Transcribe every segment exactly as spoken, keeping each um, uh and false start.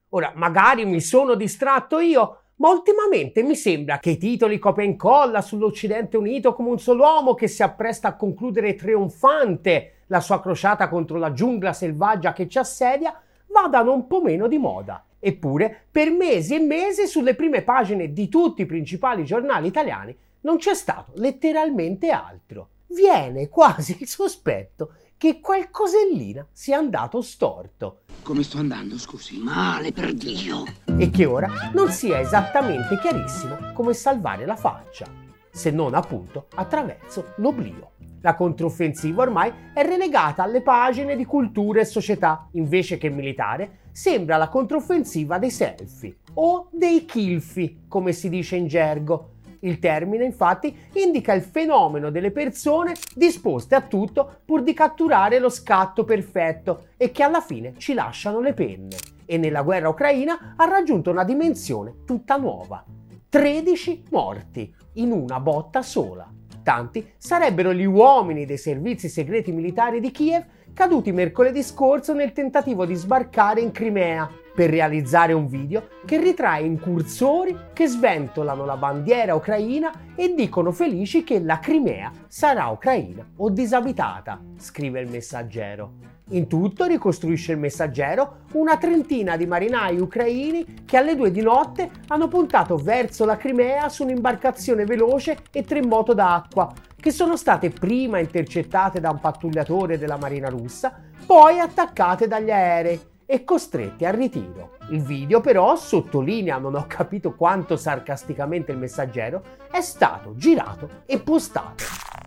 Ora, magari mi sono distratto io, ma ultimamente mi sembra che i titoli copia e incolla sull'Occidente unito come un solo uomo che si appresta a concludere trionfante la sua crociata contro la giungla selvaggia che ci assedia vadano un po' meno di moda. Eppure, per mesi e mesi sulle prime pagine di tutti i principali giornali italiani non c'è stato letteralmente altro. Viene quasi il sospetto che qualcosellina sia andato storto. Come sto andando, scusi? Male, per Dio! E che ora non sia esattamente chiarissimo come salvare la faccia, se non appunto attraverso l'oblio. La controffensiva ormai è relegata alle pagine di cultura e società, invece che militare sembra la controffensiva dei selfie o dei kilfi, come si dice in gergo. Il termine, infatti, indica il fenomeno delle persone disposte a tutto pur di catturare lo scatto perfetto e che alla fine ci lasciano le penne. E nella guerra ucraina ha raggiunto una dimensione tutta nuova. tredici morti in una botta sola. Tanti sarebbero gli uomini dei servizi segreti militari di Kiev caduti mercoledì scorso nel tentativo di sbarcare in Crimea per realizzare un video che ritrae incursori che sventolano la bandiera ucraina e dicono felici che la Crimea sarà ucraina o disabitata, scrive il Messaggero. In tutto, ricostruisce il Messaggero, una trentina di marinai ucraini che alle due di notte hanno puntato verso la Crimea su un'imbarcazione veloce e tre moto d'acqua, che sono state prima intercettate da un pattugliatore della Marina russa, poi attaccate dagli aerei e costretti al ritiro. Il video però, sottolinea non ho capito quanto sarcasticamente il Messaggero, è stato girato e postato.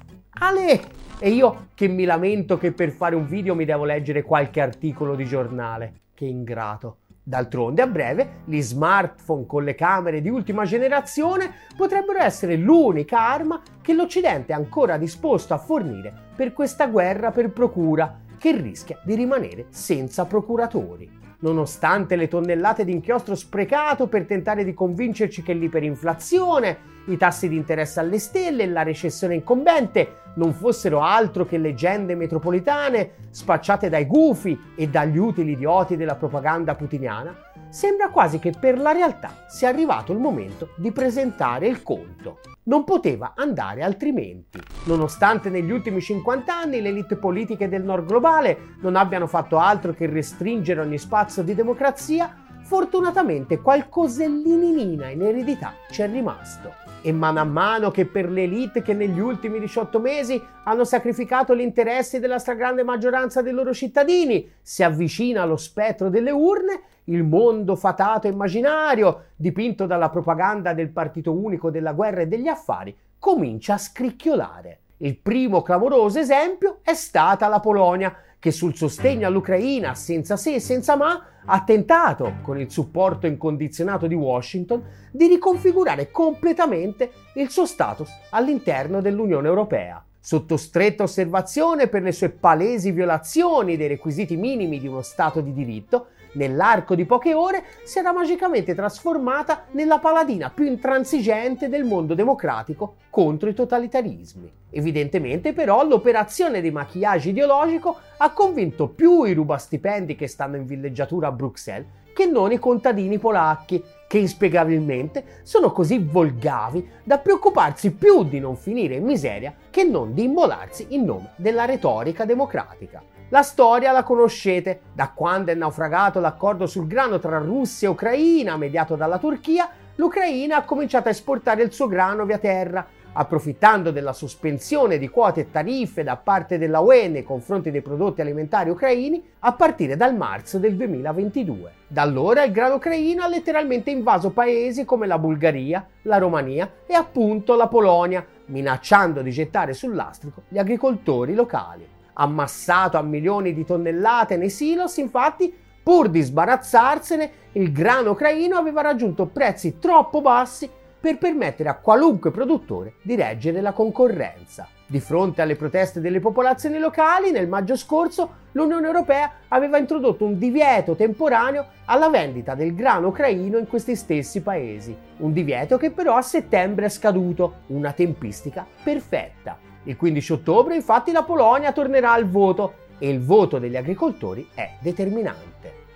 Ale! E io che mi lamento che per fare un video mi devo leggere qualche articolo di giornale. Che ingrato. D'altronde, a breve, gli smartphone con le camere di ultima generazione potrebbero essere l'unica arma che l'Occidente è ancora disposto a fornire per questa guerra per procura, che rischia di rimanere senza procuratori. Nonostante le tonnellate di inchiostro sprecato per tentare di convincerci che l'iperinflazione, i tassi di interesse alle stelle e la recessione incombente non fossero altro che leggende metropolitane spacciate dai gufi e dagli utili idioti della propaganda putiniana, sembra quasi che per la realtà sia arrivato il momento di presentare il conto. Non poteva andare altrimenti. Nonostante negli ultimi cinquanta anni le elite politiche del nord globale non abbiano fatto altro che restringere ogni spazio di democrazia, fortunatamente qualcosellinina in eredità c'è rimasto. E mano a mano che per le elite che negli ultimi diciotto mesi hanno sacrificato gli interessi della stragrande maggioranza dei loro cittadini si avvicina lo spettro delle urne, il mondo fatato e immaginario, dipinto dalla propaganda del partito unico della guerra e degli affari, comincia a scricchiolare. Il primo clamoroso esempio è stata la Polonia, che sul sostegno all'Ucraina senza se e senza ma ha tentato, con il supporto incondizionato di Washington, di riconfigurare completamente il suo status all'interno dell'Unione Europea. Sotto stretta osservazione per le sue palesi violazioni dei requisiti minimi di uno Stato di diritto, nell'arco di poche ore si era magicamente trasformata nella paladina più intransigente del mondo democratico contro i totalitarismi. Evidentemente però l'operazione di maquillage ideologico ha convinto più i rubastipendi che stanno in villeggiatura a Bruxelles che non i contadini polacchi, che inspiegabilmente sono così volgavi da preoccuparsi più di non finire in miseria che non di immolarsi in nome della retorica democratica. La storia la conoscete, da quando è naufragato l'accordo sul grano tra Russia e Ucraina mediato dalla Turchia, l'Ucraina ha cominciato a esportare il suo grano via terra, approfittando della sospensione di quote e tariffe da parte della U E nei confronti dei prodotti alimentari ucraini a partire dal marzo del duemilaventidue. Da allora il grano ucraino ha letteralmente invaso paesi come la Bulgaria, la Romania e appunto la Polonia, minacciando di gettare sul lastrico gli agricoltori locali. Ammassato a milioni di tonnellate nei silos, infatti, pur di sbarazzarsene, il grano ucraino aveva raggiunto prezzi troppo bassi per permettere a qualunque produttore di reggere la concorrenza. Di fronte alle proteste delle popolazioni locali, nel maggio scorso l'Unione Europea aveva introdotto un divieto temporaneo alla vendita del grano ucraino in questi stessi paesi. Un divieto che però a settembre è scaduto, una tempistica perfetta. Il quindici ottobre, infatti, la Polonia tornerà al voto e il voto degli agricoltori è determinante.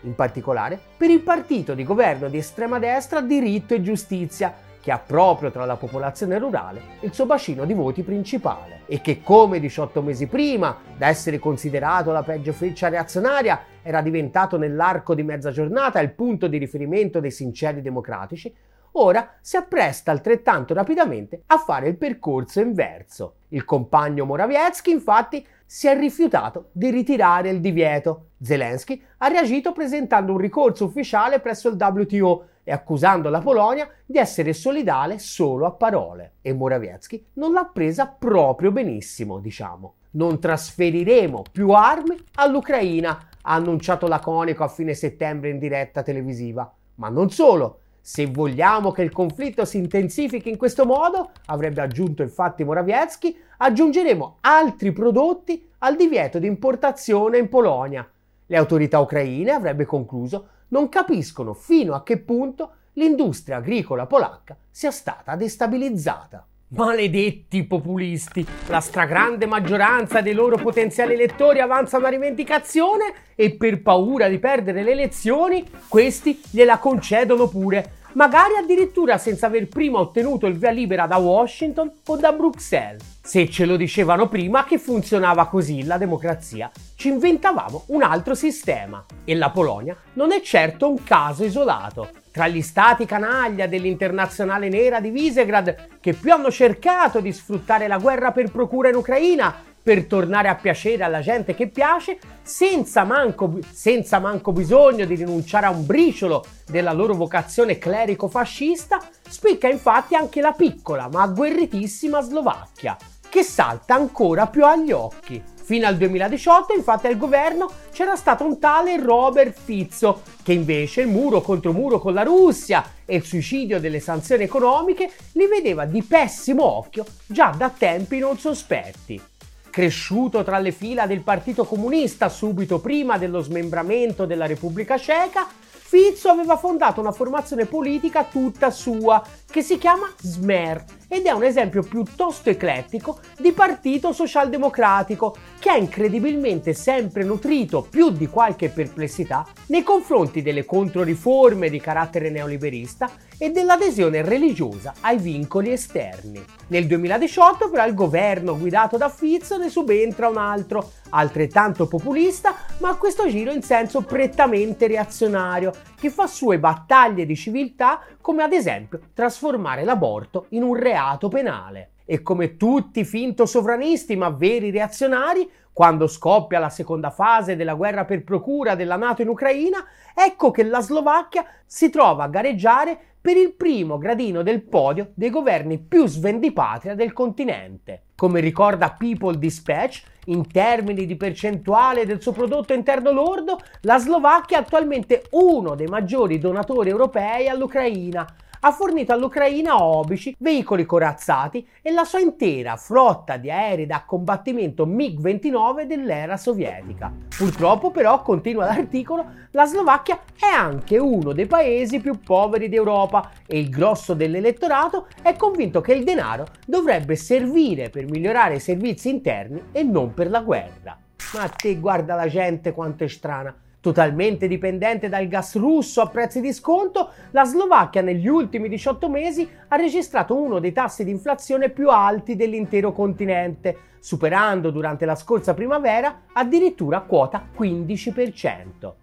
in particolare per il partito di governo di estrema destra Diritto e Giustizia, che ha proprio tra la popolazione rurale il suo bacino di voti principale e che, come diciotto mesi prima, da essere considerato la peggio freccia reazionaria, era diventato nell'arco di mezza giornata il punto di riferimento dei sinceri democratici, ora si appresta altrettanto rapidamente a fare il percorso inverso. Il compagno Morawiecki, infatti, si è rifiutato di ritirare il divieto. Zelensky ha reagito presentando un ricorso ufficiale presso il W T O e accusando la Polonia di essere solidale solo a parole. E Morawiecki non l'ha presa proprio benissimo, diciamo. Non trasferiremo più armi all'Ucraina, ha annunciato laconico a fine settembre in diretta televisiva. Ma non solo. Se vogliamo che il conflitto si intensifichi in questo modo, avrebbe aggiunto infatti Morawiecki, aggiungeremo altri prodotti al divieto di importazione in Polonia. Le autorità ucraine, avrebbe concluso, non capiscono fino a che punto l'industria agricola polacca sia stata destabilizzata. Maledetti populisti! La stragrande maggioranza dei loro potenziali elettori avanza una rivendicazione e per paura di perdere le elezioni, questi gliela concedono pure, magari addirittura senza aver prima ottenuto il via libera da Washington o da Bruxelles. Se ce lo dicevano prima che funzionava così la democrazia, ci inventavamo un altro sistema. E la Polonia non è certo un caso isolato. Tra gli stati canaglia dell'internazionale nera di Visegrad, che più hanno cercato di sfruttare la guerra per procura in Ucraina per tornare a piacere alla gente che piace, senza manco, senza manco bisogno di rinunciare a un briciolo della loro vocazione clerico-fascista, spicca infatti anche la piccola ma agguerritissima Slovacchia, che salta ancora più agli occhi. Fino al duemiladiciotto, infatti, al governo c'era stato un tale Robert Fico, che invece il muro contro muro con la Russia e il suicidio delle sanzioni economiche li vedeva di pessimo occhio già da tempi non sospetti. Cresciuto tra le fila del Partito Comunista subito prima dello smembramento della Repubblica Ceca, Fico aveva fondato una formazione politica tutta sua, che si chiama Smer, ed è un esempio piuttosto eclettico di partito socialdemocratico, che è incredibilmente sempre nutrito più di qualche perplessità nei confronti delle controriforme di carattere neoliberista e dell'adesione religiosa ai vincoli esterni. Nel duemiladiciotto però il governo guidato da Fico ne subentra un altro, altrettanto populista, ma a questo giro in senso prettamente reazionario, che fa sue battaglie di civiltà, come ad esempio trasformare l'aborto in un reato penale. E come tutti i finto sovranisti ma veri reazionari, quando scoppia la seconda fase della guerra per procura della NATO in Ucraina, ecco che la Slovacchia si trova a gareggiare per il primo gradino del podio dei governi più svendipatria del continente. Come ricorda People Dispatch, in termini di percentuale del suo prodotto interno lordo, la Slovacchia è attualmente uno dei maggiori donatori europei all'Ucraina. Ha fornito all'Ucraina obici, veicoli corazzati e la sua intera flotta di aerei da combattimento MiG ventinove dell'era sovietica. Purtroppo però, continua l'articolo, la Slovacchia è anche uno dei paesi più poveri d'Europa e il grosso dell'elettorato è convinto che il denaro dovrebbe servire per migliorare i servizi interni e non per la guerra. Ma te guarda la gente quanto è strana. Totalmente dipendente dal gas russo a prezzi di sconto, la Slovacchia negli ultimi diciotto mesi ha registrato uno dei tassi di inflazione più alti dell'intero continente, superando durante la scorsa primavera addirittura quota quindici per cento.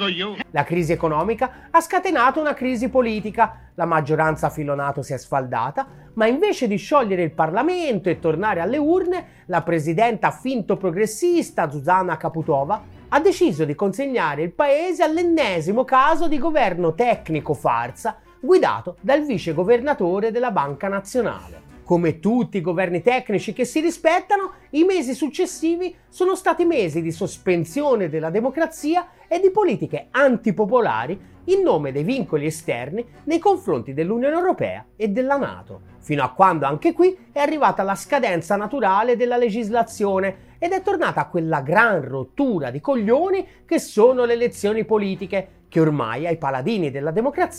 La crisi economica ha scatenato una crisi politica, la maggioranza a filo NATO si è sfaldata, ma invece di sciogliere il Parlamento e tornare alle urne, la presidenta finto progressista Zuzana Kaputova ha deciso di consegnare il paese all'ennesimo caso di governo tecnico farsa guidato dal vice governatore della Banca Nazionale. Come tutti i governi tecnici che si rispettano, i mesi successivi sono stati mesi di sospensione della democrazia e di politiche antipopolari in nome dei vincoli esterni nei confronti dell'Unione Europea e della NATO, fino a quando anche qui è arrivata la scadenza naturale della legislazione ed è tornata quella gran rottura di coglioni che sono le elezioni politiche, che ormai ai paladini della democrazia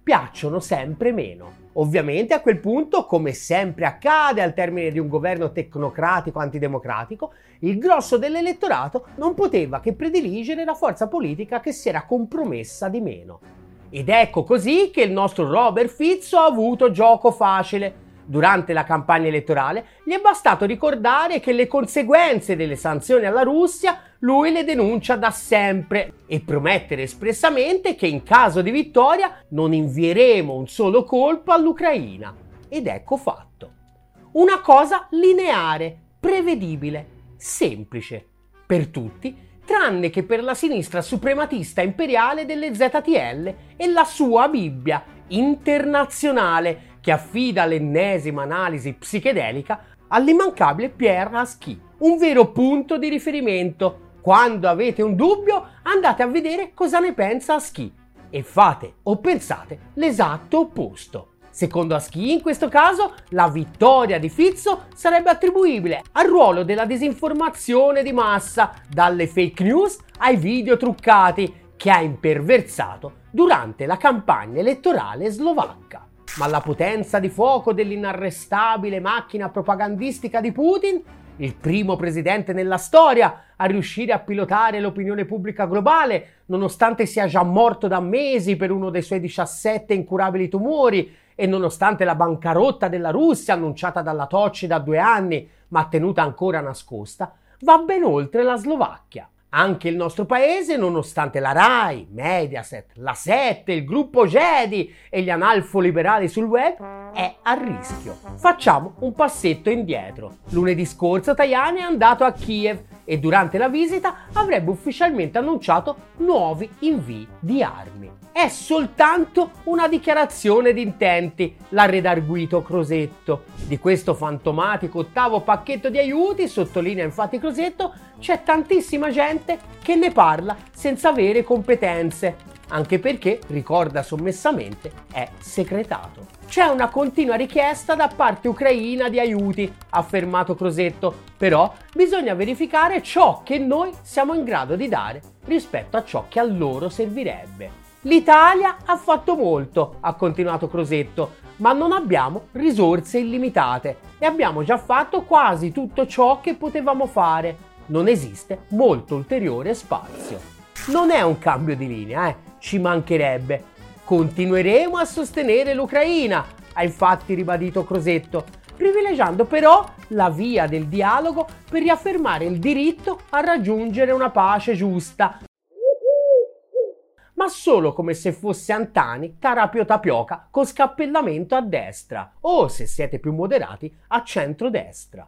piacciono sempre meno. Ovviamente a quel punto, come sempre accade al termine di un governo tecnocratico antidemocratico, il grosso dell'elettorato non poteva che prediligere la forza politica che si era compromessa di meno. Ed ecco così che il nostro Robert Fizzo ha avuto gioco facile. Durante la campagna elettorale gli è bastato ricordare che le conseguenze delle sanzioni alla Russia lui le denuncia da sempre e promettere espressamente che in caso di vittoria non invieremo un solo colpo all'Ucraina. Ed ecco fatto. Una cosa lineare, prevedibile, semplice, per tutti, tranne che per la sinistra suprematista imperiale delle Z T L e la sua Bibbia internazionale che affida l'ennesima analisi psichedelica all'immancabile Pierre Hasky, un vero punto di riferimento. Quando avete un dubbio, andate a vedere cosa ne pensa Hasky e fate o pensate l'esatto opposto. Secondo Hasky, in questo caso, la vittoria di Fizzo sarebbe attribuibile al ruolo della disinformazione di massa, dalle fake news ai video truccati, che ha imperversato durante la campagna elettorale slovacca. Ma la potenza di fuoco dell'inarrestabile macchina propagandistica di Putin, il primo presidente nella storia a riuscire a pilotare l'opinione pubblica globale, nonostante sia già morto da mesi per uno dei suoi diciassette incurabili tumori e nonostante la bancarotta della Russia annunciata dalla Tocci da due anni, ma tenuta ancora nascosta, va ben oltre la Slovacchia. Anche il nostro paese, nonostante la Rai, Mediaset, la Sette, il gruppo Jedi e gli analfo-liberali sul web, è a rischio. Facciamo un passetto indietro. Lunedì scorso Tajani è andato a Kiev e durante la visita avrebbe ufficialmente annunciato nuovi invii di armi. È soltanto una dichiarazione di intenti, l'ha redarguito Crosetto. Di questo fantomatico ottavo pacchetto di aiuti, sottolinea infatti Crosetto, c'è tantissima gente che ne parla senza avere competenze, anche perché, ricorda sommessamente, è segretato. C'è una continua richiesta da parte ucraina di aiuti, ha affermato Crosetto, però bisogna verificare ciò che noi siamo in grado di dare rispetto a ciò che a loro servirebbe. L'Italia ha fatto molto, ha continuato Crosetto, ma non abbiamo risorse illimitate e abbiamo già fatto quasi tutto ciò che potevamo fare. Non esiste molto ulteriore spazio. Non è un cambio di linea, eh, ci mancherebbe. Continueremo a sostenere l'Ucraina, ha infatti ribadito Crosetto, privilegiando però la via del dialogo per riaffermare il diritto a raggiungere una pace giusta, ma solo come se fosse Antani Tarapio Tapioca con scappellamento a destra o, se siete più moderati, a centrodestra.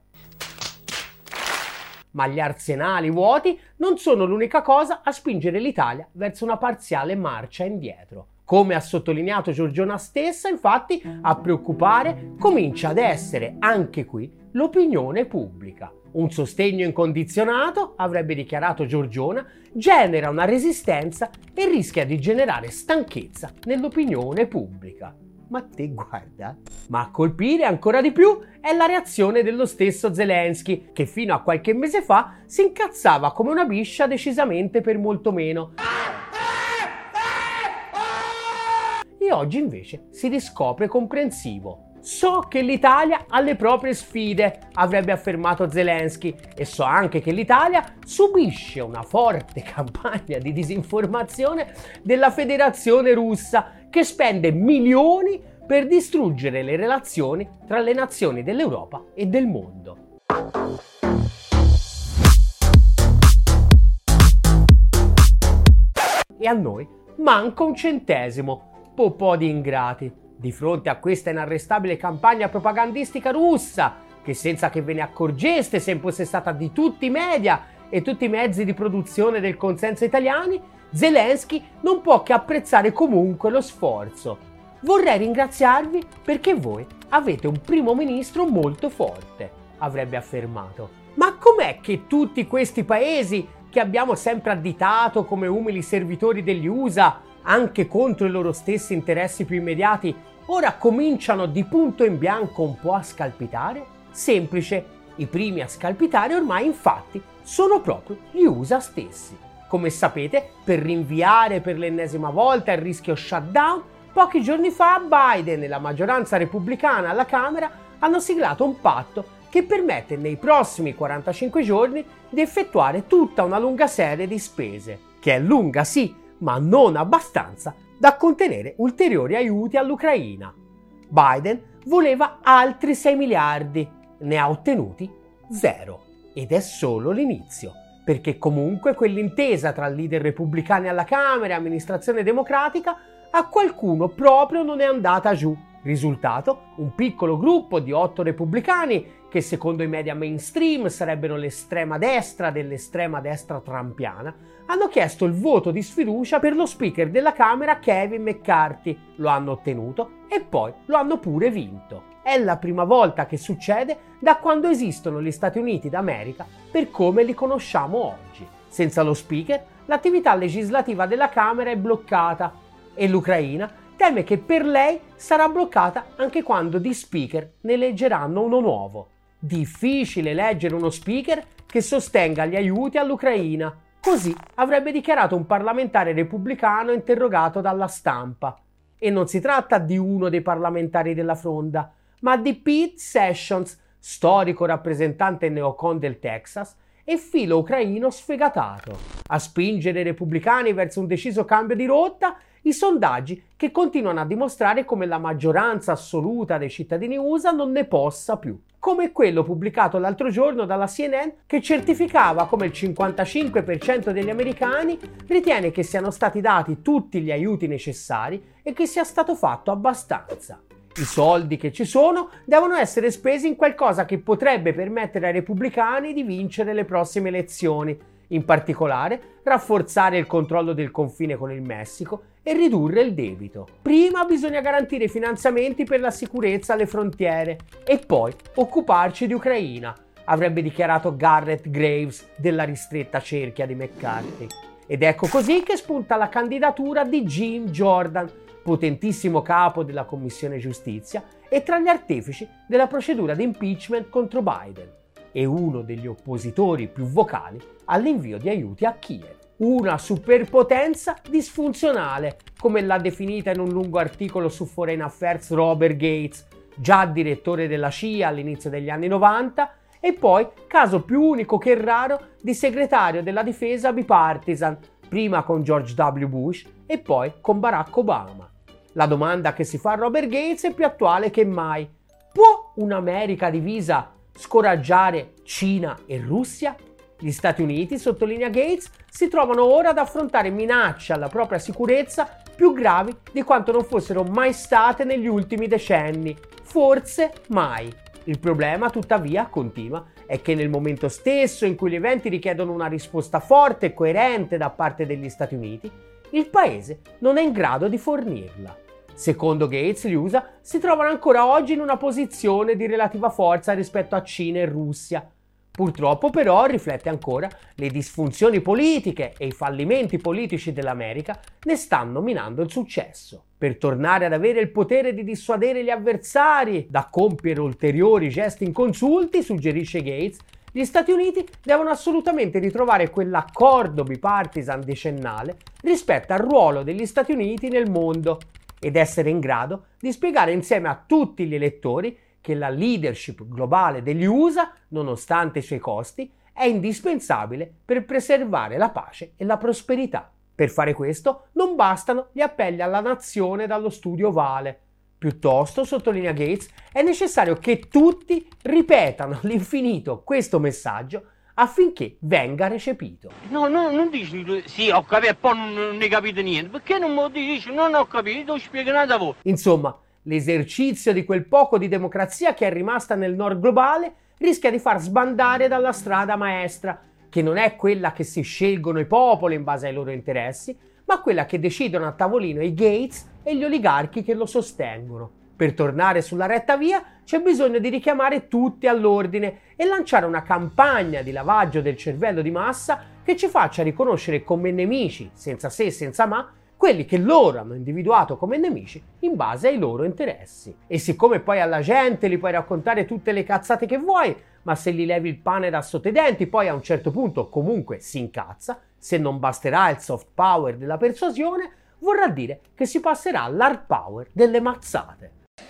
Ma gli arsenali vuoti non sono l'unica cosa a spingere l'Italia verso una parziale marcia indietro. Come ha sottolineato Giorgiona stessa, infatti, a preoccupare comincia ad essere anche qui l'opinione pubblica. Un sostegno incondizionato, avrebbe dichiarato Giorgiona, genera una resistenza e rischia di generare stanchezza nell'opinione pubblica. Ma te guarda, ma a colpire ancora di più è la reazione dello stesso Zelensky, che fino a qualche mese fa si incazzava come una biscia decisamente per molto meno. E oggi invece si riscopre comprensivo. So che l'Italia ha le proprie sfide, avrebbe affermato Zelensky, e so anche che l'Italia subisce una forte campagna di disinformazione della Federazione Russa, che spende milioni per distruggere le relazioni tra le nazioni dell'Europa e del mondo. E a noi manca un centesimo, po' di ingrati. Di fronte a questa inarrestabile campagna propagandistica russa, che senza che ve ne accorgeste se impossessata di tutti i media e tutti i mezzi di produzione del consenso italiani, Zelensky non può che apprezzare comunque lo sforzo. Vorrei ringraziarvi perché voi avete un primo ministro molto forte, avrebbe affermato. Ma com'è che tutti questi paesi che abbiamo sempre additato come umili servitori degli U S A, anche contro i loro stessi interessi più immediati, ora cominciano di punto in bianco un po' a scalpitare? Semplice, i primi a scalpitare ormai infatti sono proprio gli U S A stessi. Come sapete, per rinviare per l'ennesima volta il rischio shutdown, Pochi giorni fa Biden e la maggioranza repubblicana alla Camera hanno siglato un patto che permette nei prossimi quarantacinque giorni di effettuare tutta una lunga serie di spese, che è lunga sì, ma non abbastanza da contenere ulteriori aiuti all'Ucraina. Biden voleva altri sei miliardi, ne ha ottenuti zero. Ed è solo l'inizio, perché comunque quell'intesa tra leader repubblicani alla Camera e amministrazione democratica a qualcuno proprio non è andata giù. Risultato? Un piccolo gruppo di otto repubblicani, che secondo i media mainstream sarebbero l'estrema destra dell'estrema destra trumpiana, hanno chiesto il voto di sfiducia per lo speaker della Camera Kevin McCarthy, lo hanno ottenuto e poi lo hanno pure vinto. È la prima volta che succede da quando esistono gli Stati Uniti d'America per come li conosciamo oggi. Senza lo speaker, l'attività legislativa della Camera è bloccata e l'Ucraina teme che per lei sarà bloccata anche quando di speaker ne eleggeranno uno nuovo. Difficile eleggere uno speaker che sostenga gli aiuti all'Ucraina. Così avrebbe dichiarato un parlamentare repubblicano interrogato dalla stampa. E non si tratta di uno dei parlamentari della fronda, ma di Pete Sessions, storico rappresentante neocon del Texas e filo ucraino sfegatato. A spingere i repubblicani verso un deciso cambio di rotta i sondaggi che continuano a dimostrare come la maggioranza assoluta dei cittadini U S A non ne possa più. Come quello pubblicato l'altro giorno dalla C N N che certificava come il cinquantacinque per cento degli americani ritiene che siano stati dati tutti gli aiuti necessari e che sia stato fatto abbastanza. I soldi che ci sono devono essere spesi in qualcosa che potrebbe permettere ai repubblicani di vincere le prossime elezioni, in particolare rafforzare il controllo del confine con il Messico e ridurre il debito. Prima bisogna garantire finanziamenti per la sicurezza alle frontiere e poi occuparci di Ucraina, avrebbe dichiarato Garrett Graves della ristretta cerchia di McCarthy. Ed ecco così che spunta la candidatura di Jim Jordan, potentissimo capo della Commissione Giustizia e tra gli artefici della procedura di impeachment contro Biden e uno degli oppositori più vocali all'invio di aiuti a Kiev. Una superpotenza disfunzionale, come l'ha definita in un lungo articolo su Foreign Affairs Robert Gates, già direttore della C I A all'inizio degli anni novanta e poi caso più unico che raro di segretario della difesa bipartisan, prima con George W. Bush e poi con Barack Obama. La domanda che si fa a Robert Gates è più attuale che mai. Può un'America divisa scoraggiare Cina e Russia? Gli Stati Uniti, sottolinea Gates, si trovano ora ad affrontare minacce alla propria sicurezza più gravi di quanto non fossero mai state negli ultimi decenni. Forse mai. Il problema, tuttavia, continua, è che nel momento stesso in cui gli eventi richiedono una risposta forte e coerente da parte degli Stati Uniti, il paese non è in grado di fornirla. Secondo Gates, gli U S A si trovano ancora oggi in una posizione di relativa forza rispetto a Cina e Russia. Purtroppo però riflette ancora le disfunzioni politiche e i fallimenti politici dell'America ne stanno minando il successo. Per tornare ad avere il potere di dissuadere gli avversari da compiere ulteriori gesti inconsulti, suggerisce Gates, gli Stati Uniti devono assolutamente ritrovare quell'accordo bipartisan decennale rispetto al ruolo degli Stati Uniti nel mondo ed essere in grado di spiegare insieme a tutti gli elettori che la leadership globale degli U S A, nonostante i suoi costi, è indispensabile per preservare la pace e la prosperità. Per fare questo non bastano gli appelli alla nazione dallo studio ovale. Piuttosto, sottolinea Gates, è necessario che tutti ripetano all'infinito questo messaggio affinché venga recepito. No, no, non dici sì, ho capito e poi non, non ne capite niente. Perché non mi dici non ho capito, spiega nada voi. Insomma, l'esercizio di quel poco di democrazia che è rimasta nel nord globale rischia di far sbandare dalla strada maestra, che non è quella che si scelgono i popoli in base ai loro interessi, ma quella che decidono a tavolino i Gates e gli oligarchi che lo sostengono. Per tornare sulla retta via c'è bisogno di richiamare tutti all'ordine e lanciare una campagna di lavaggio del cervello di massa che ci faccia riconoscere come nemici, senza se e senza ma, quelli che loro hanno individuato come nemici in base ai loro interessi. E siccome poi alla gente li puoi raccontare tutte le cazzate che vuoi, ma se gli levi il pane da sotto i denti poi a un certo punto comunque si incazza, se non basterà il soft power della persuasione, vorrà dire che si passerà all'hard power delle mazzate.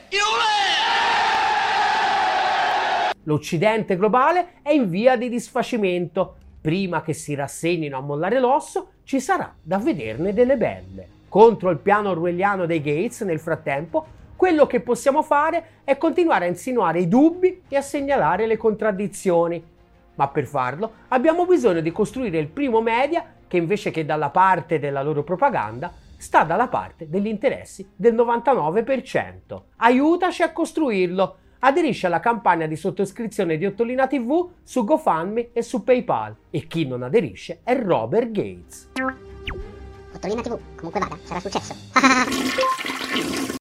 L'Occidente globale è in via di disfacimento. Prima che si rassegnino a mollare l'osso, ci sarà da vederne delle belle. Contro il piano orwelliano dei Gates, nel frattempo, quello che possiamo fare è continuare a insinuare i dubbi e a segnalare le contraddizioni. Ma per farlo abbiamo bisogno di costruire il primo media che, invece che dalla parte della loro propaganda, sta dalla parte degli interessi del novantanove per cento. Aiutaci a costruirlo! Aderisci alla campagna di sottoscrizione di Ottolina tivù su GoFundMe e su PayPal. E chi non aderisce è Robert Gates. Ottolina tivù, comunque vada, sarà successo.